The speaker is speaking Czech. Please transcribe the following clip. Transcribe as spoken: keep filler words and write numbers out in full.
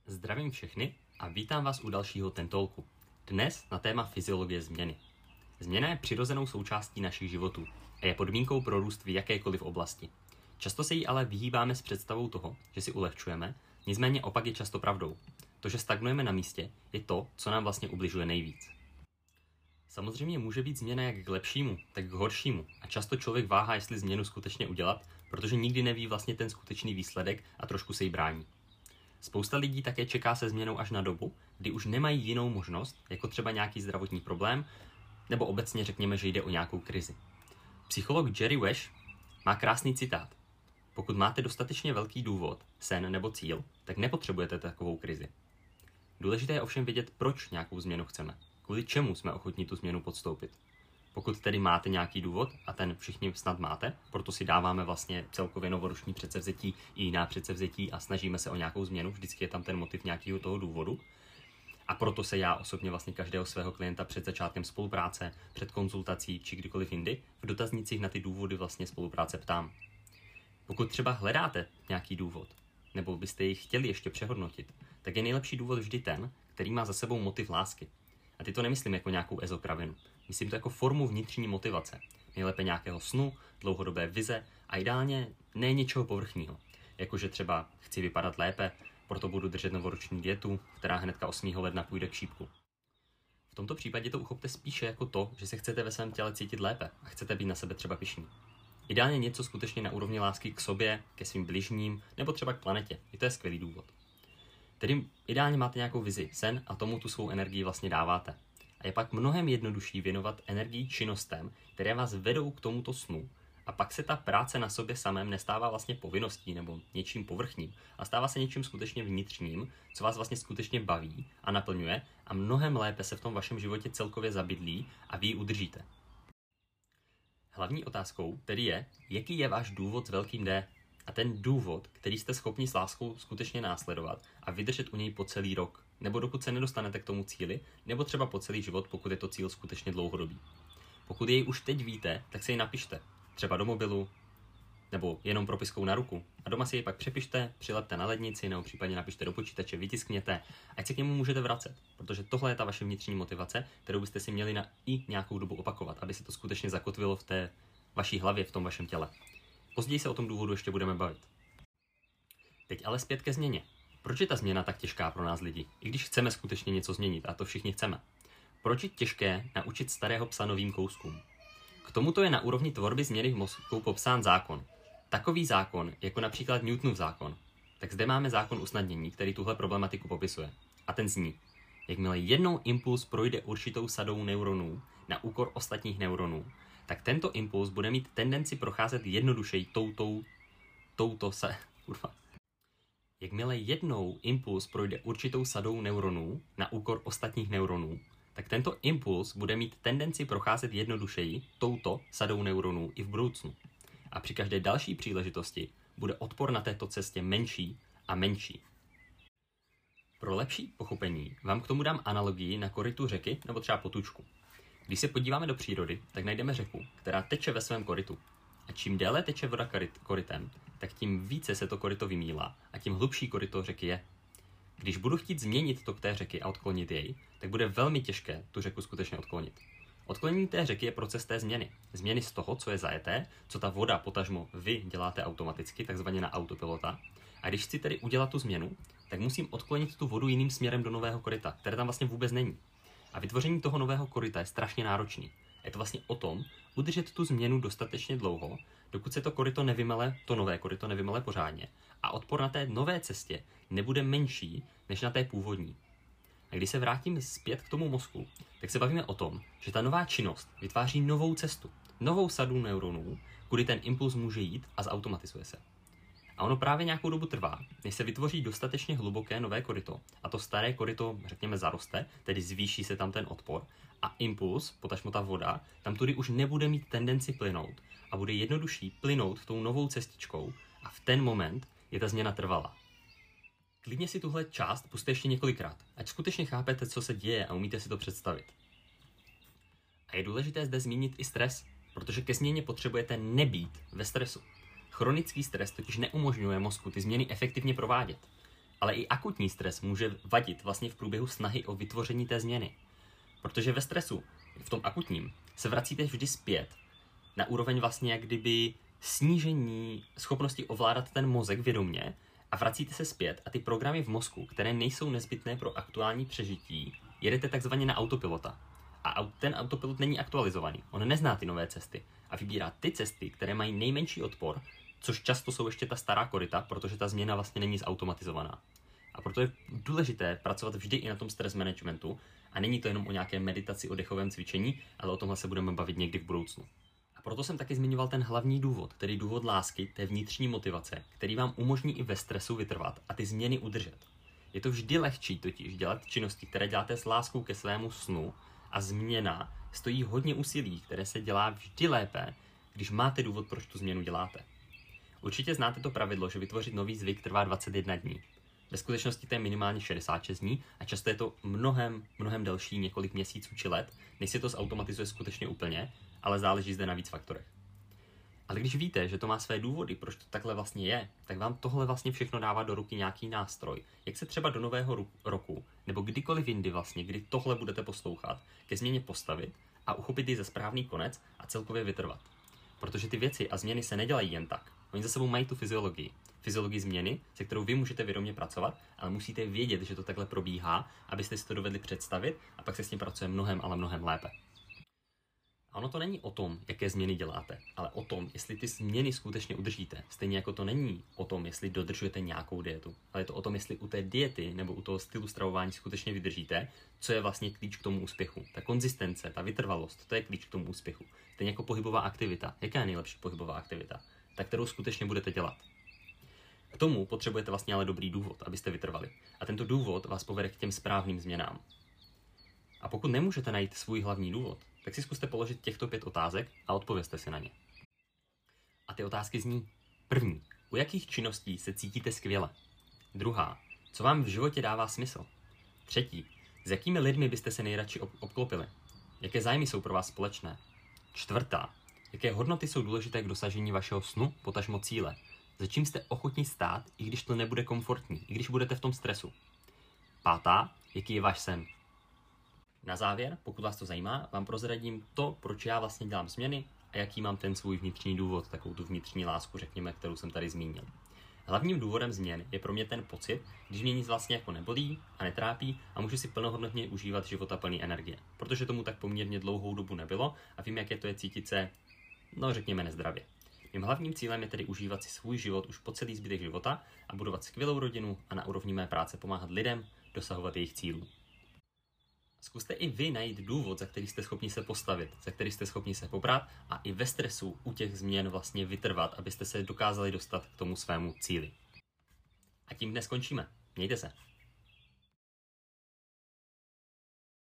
Zdravím všechny a vítám vás u dalšího Tentolku. Dnes na téma fyziologie změny. Změna je přirozenou součástí našich životů a je podmínkou pro růst v jakékoliv oblasti. Často se jí ale vyhýbáme s představou toho, že si ulehčujeme, nicméně opak je často pravdou. To, že stagnujeme na místě, je to, co nám vlastně ubližuje nejvíc. Samozřejmě může být změna jak k lepšímu, tak k horšímu a často člověk váhá, jestli změnu skutečně udělat, protože nikdy neví vlastně ten skutečný výsledek a trošku se jí brání. Spousta lidí také čeká se změnou až na dobu, kdy už nemají jinou možnost, jako třeba nějaký zdravotní problém, nebo obecně řekněme, že jde o nějakou krizi. Psycholog Jerry Wesh má krásný citát. Pokud máte dostatečně velký důvod, sen nebo cíl, tak nepotřebujete takovou krizi. Důležité je ovšem vědět, proč nějakou změnu chceme. Kvůli čemu jsme ochotní tu změnu podstoupit. Pokud tedy máte nějaký důvod, a ten všichni snad máte, proto si dáváme vlastně celkově novoroční předsevzetí i jiná předsevzetí a snažíme se o nějakou změnu, vždycky je tam ten motiv nějakého toho důvodu. A proto se já osobně vlastně každého svého klienta před začátkem spolupráce, před konzultací či kdykoliv jindy v dotaznicích na ty důvody vlastně spolupráce ptám. Pokud třeba hledáte nějaký důvod, nebo byste jej chtěli ještě přehodnotit, tak je nejlepší důvod vždy ten, který má za sebou motiv lásky. A ty to nemyslím jako nějakou ezokravinu. Myslím to jako formu vnitřní motivace. Nejlépe nějakého snu, dlouhodobé vize a ideálně ne něčeho povrchního. Jakože třeba chci vypadat lépe, proto budu držet novoroční dietu, která hnedka osmého ledna půjde k šípku. V tomto případě to uchopte spíše jako to, že se chcete ve svém těle cítit lépe a chcete být na sebe třeba pyšní. Ideálně něco skutečně na úrovni lásky k sobě, ke svým bližním nebo třeba k planetě. I to je skvělý důvod. Tedy ideálně máte nějakou vizi, sen a tomu tu svou energii vlastně dáváte. A je pak mnohem jednodušší věnovat energii činnostem, které vás vedou k tomuto snu. A pak se ta práce na sobě samém nestává vlastně povinností nebo něčím povrchním, a stává se něčím skutečně vnitřním, co vás vlastně skutečně baví a naplňuje a mnohem lépe se v tom vašem životě celkově zabydlí a vy ji udržíte. Hlavní otázkou tedy je, jaký je váš důvod s velkým D. A ten důvod, který jste schopni s láskou skutečně následovat a vydržet u něj po celý rok, nebo dokud se nedostanete k tomu cíli, nebo třeba po celý život, pokud je to cíl skutečně dlouhodobý. Pokud jej už teď víte, tak se ji napište, třeba do mobilu, nebo jenom propiskou na ruku. A doma si jej pak přepište, přilepte na lednici, nebo případně napište do počítače, vytiskněte, ať se k němu můžete vracet, protože tohle je ta vaše vnitřní motivace, kterou byste si měli na i nějakou dobu opakovat, aby se to skutečně zakotvilo v té vaší hlavě, v tom vašem těle. Později se o tom důvodu ještě budeme bavit. Teď ale zpět ke změně. Proč je ta změna tak těžká pro nás lidi, i když chceme skutečně něco změnit, a to všichni chceme? Proč je těžké naučit starého psa novým kouskům? K tomuto je na úrovni tvorby změny v mozku popsán zákon. Takový zákon, jako například Newtonův zákon. Tak zde máme zákon usnadnění, který tuhle problematiku popisuje. A ten zní: jakmile jednou impuls projde určitou sadou neuronů na úkor ostatních neuronů, tak tento impuls bude mít tendenci procházet jednodušeji toutou, touto se, kurva. Jakmile jednou impuls projde určitou sadou neuronů na úkor ostatních neuronů, tak tento impuls bude mít tendenci procházet jednodušeji touto sadou neuronů i v budoucnu. A při každé další příležitosti bude odpor na této cestě menší a menší. Pro lepší pochopení vám k tomu dám analogii na korytu řeky nebo třeba potůčku. Když se podíváme do přírody, tak najdeme řeku, která teče ve svém korytu. A čím déle teče voda korytem, tak tím více se to koryto vymýlá a tím hlubší koryto řeky je. Když budu chtít změnit tok té řeky a odklonit jej, tak bude velmi těžké tu řeku skutečně odklonit. Odklonění té řeky je proces té změny. Změny z toho, co je zajeté, co ta voda, potažmo vy děláte automaticky, takzvaně na autopilota. A když chci tedy udělat tu změnu, tak musím odklonit tu vodu jiným směrem do nového koryta, které tam vlastně vůbec není. A vytvoření toho nového koryta je strašně náročný. Je to vlastně o tom udržet tu změnu dostatečně dlouho, dokud se to koryto nevymele, to nové koryto nevymele pořádně a odpor na té nové cestě nebude menší než na té původní. A když se vrátím zpět k tomu mozku, tak se bavíme o tom, že ta nová činnost vytváří novou cestu, novou sadu neuronů, kudy ten impuls může jít a zautomatizuje se. A ono právě nějakou dobu trvá, než se vytvoří dostatečně hluboké nové koryto a to staré koryto, řekněme, zaroste, tedy zvýší se tam ten odpor a impuls, potažmo ta voda, tam tudy už nebude mít tendenci plynout a bude jednodušší plynout tou novou cestičkou a v ten moment je ta změna trvalá. Klidně si tuhle část pusťte ještě několikrát, ať skutečně chápete, co se děje a umíte si to představit. A je důležité zde zmínit i stres, protože ke změně potřebujete nebýt ve stresu. Chronický stres totiž neumožňuje mozku ty změny efektivně provádět. Ale i akutní stres může vadit vlastně v průběhu snahy o vytvoření té změny. Protože ve stresu, v tom akutním, se vracíte vždy zpět na úroveň vlastně jak kdyby snížení schopnosti ovládat ten mozek vědomě a vracíte se zpět a ty programy v mozku, které nejsou nezbytné pro aktuální přežití, jedete takzvaně na autopilota. A ten autopilot není aktualizovaný, on nezná ty nové cesty a vybírá ty cesty, které mají nejmenší odpor, což často jsou ještě ta stará koryta, protože ta změna vlastně není zautomatizovaná. A proto je důležité pracovat vždy i na tom stres managementu a není to jenom o nějaké meditaci, o dechovém cvičení, ale o tomhle se budeme bavit někdy v budoucnu. A proto jsem taky zmiňoval ten hlavní důvod, tedy důvod lásky, té vnitřní motivace, který vám umožní i ve stresu vytrvat a ty změny udržet. Je to vždy lehčí totiž dělat činnosti, které děláte s láskou ke svému snu a změna stojí hodně úsilí, které se dělá vždy lépe, když máte důvod, proč tu změnu děláte. Určitě znáte to pravidlo, že vytvořit nový zvyk trvá dvacet jedna dní. Ve skutečnosti to je minimálně šedesát šest dní a často je to mnohem, mnohem delší, několik měsíců či let, než se to zautomatizuje skutečně úplně, ale záleží zde na víc faktorech. Ale když víte, že to má své důvody, proč to takhle vlastně je, tak vám tohle vlastně všechno dává do ruky nějaký nástroj, jak se třeba do nového roku, nebo kdykoliv jindy vlastně, kdy tohle budete poslouchat, ke změně postavit a uchopit ji za správný konec a celkově vytrvat. Protože ty věci a změny se nedělají jen tak. Oni za sebou mají tu fyziologii. Fyziologii změny, se kterou vy můžete vědomě pracovat, ale musíte vědět, že to takhle probíhá, abyste si to dovedli představit a pak se s tím pracuje mnohem, ale mnohem lépe. A ono to není o tom, jaké změny děláte, ale o tom, jestli ty změny skutečně udržíte. Stejně jako to není o tom, jestli dodržujete nějakou dietu, ale je to o tom, jestli u té diety nebo u toho stylu stravování skutečně vydržíte, co je vlastně klíč k tomu úspěchu. Ta konzistence, ta vytrvalost, to je klíč k tomu úspěchu. Stejně jako pohybová aktivita. Jaká je nejlepší pohybová aktivita? Ta, kterou skutečně budete dělat. K tomu potřebujete vlastně ale dobrý důvod, abyste vytrvali. A tento důvod vás povede k těm správným změnám. A pokud nemůžete najít svůj hlavní důvod, tak si zkuste položit těchto pět otázek a odpovězte si na ně. A ty otázky zní: první, u jakých činností se cítíte skvěle? Druhá, co vám v životě dává smysl? Třetí, s jakými lidmi byste se nejradši obklopili? Jaké zájmy jsou pro vás společné? Čtvrtá, jaké hodnoty jsou důležité k dosažení vašeho snu, potažmo cíle? Za čím jste ochotní stát, i když to nebude komfortní, i když budete v tom stresu? Pátá, jaký je váš sen? Na závěr, pokud vás to zajímá, vám prozradím to, proč já vlastně dělám změny a jaký mám ten svůj vnitřní důvod, takovou tu vnitřní lásku, řekněme, kterou jsem tady zmínil. Hlavním důvodem změn je pro mě ten pocit, když mě nic vlastně jako nebolí a netrápí a můžu si plnohodnotně užívat života plný energie. Protože tomu tak poměrně dlouhou dobu nebylo a vím, jak je to je cítit se, no řekněme, nezdravě. Mým hlavním cílem je tedy užívat si svůj život už po celý zbytek života a budovat skvělou rodinu a na úrovni mé práce pomáhat lidem dosahovat jejich cílů. Zkuste i vy najít důvod, za který jste schopni se postavit, za který jste schopni se pobrat a i ve stresu u těch změn vlastně vytrvat, abyste se dokázali dostat k tomu svému cíli. A tím dnes končíme. Mějte se.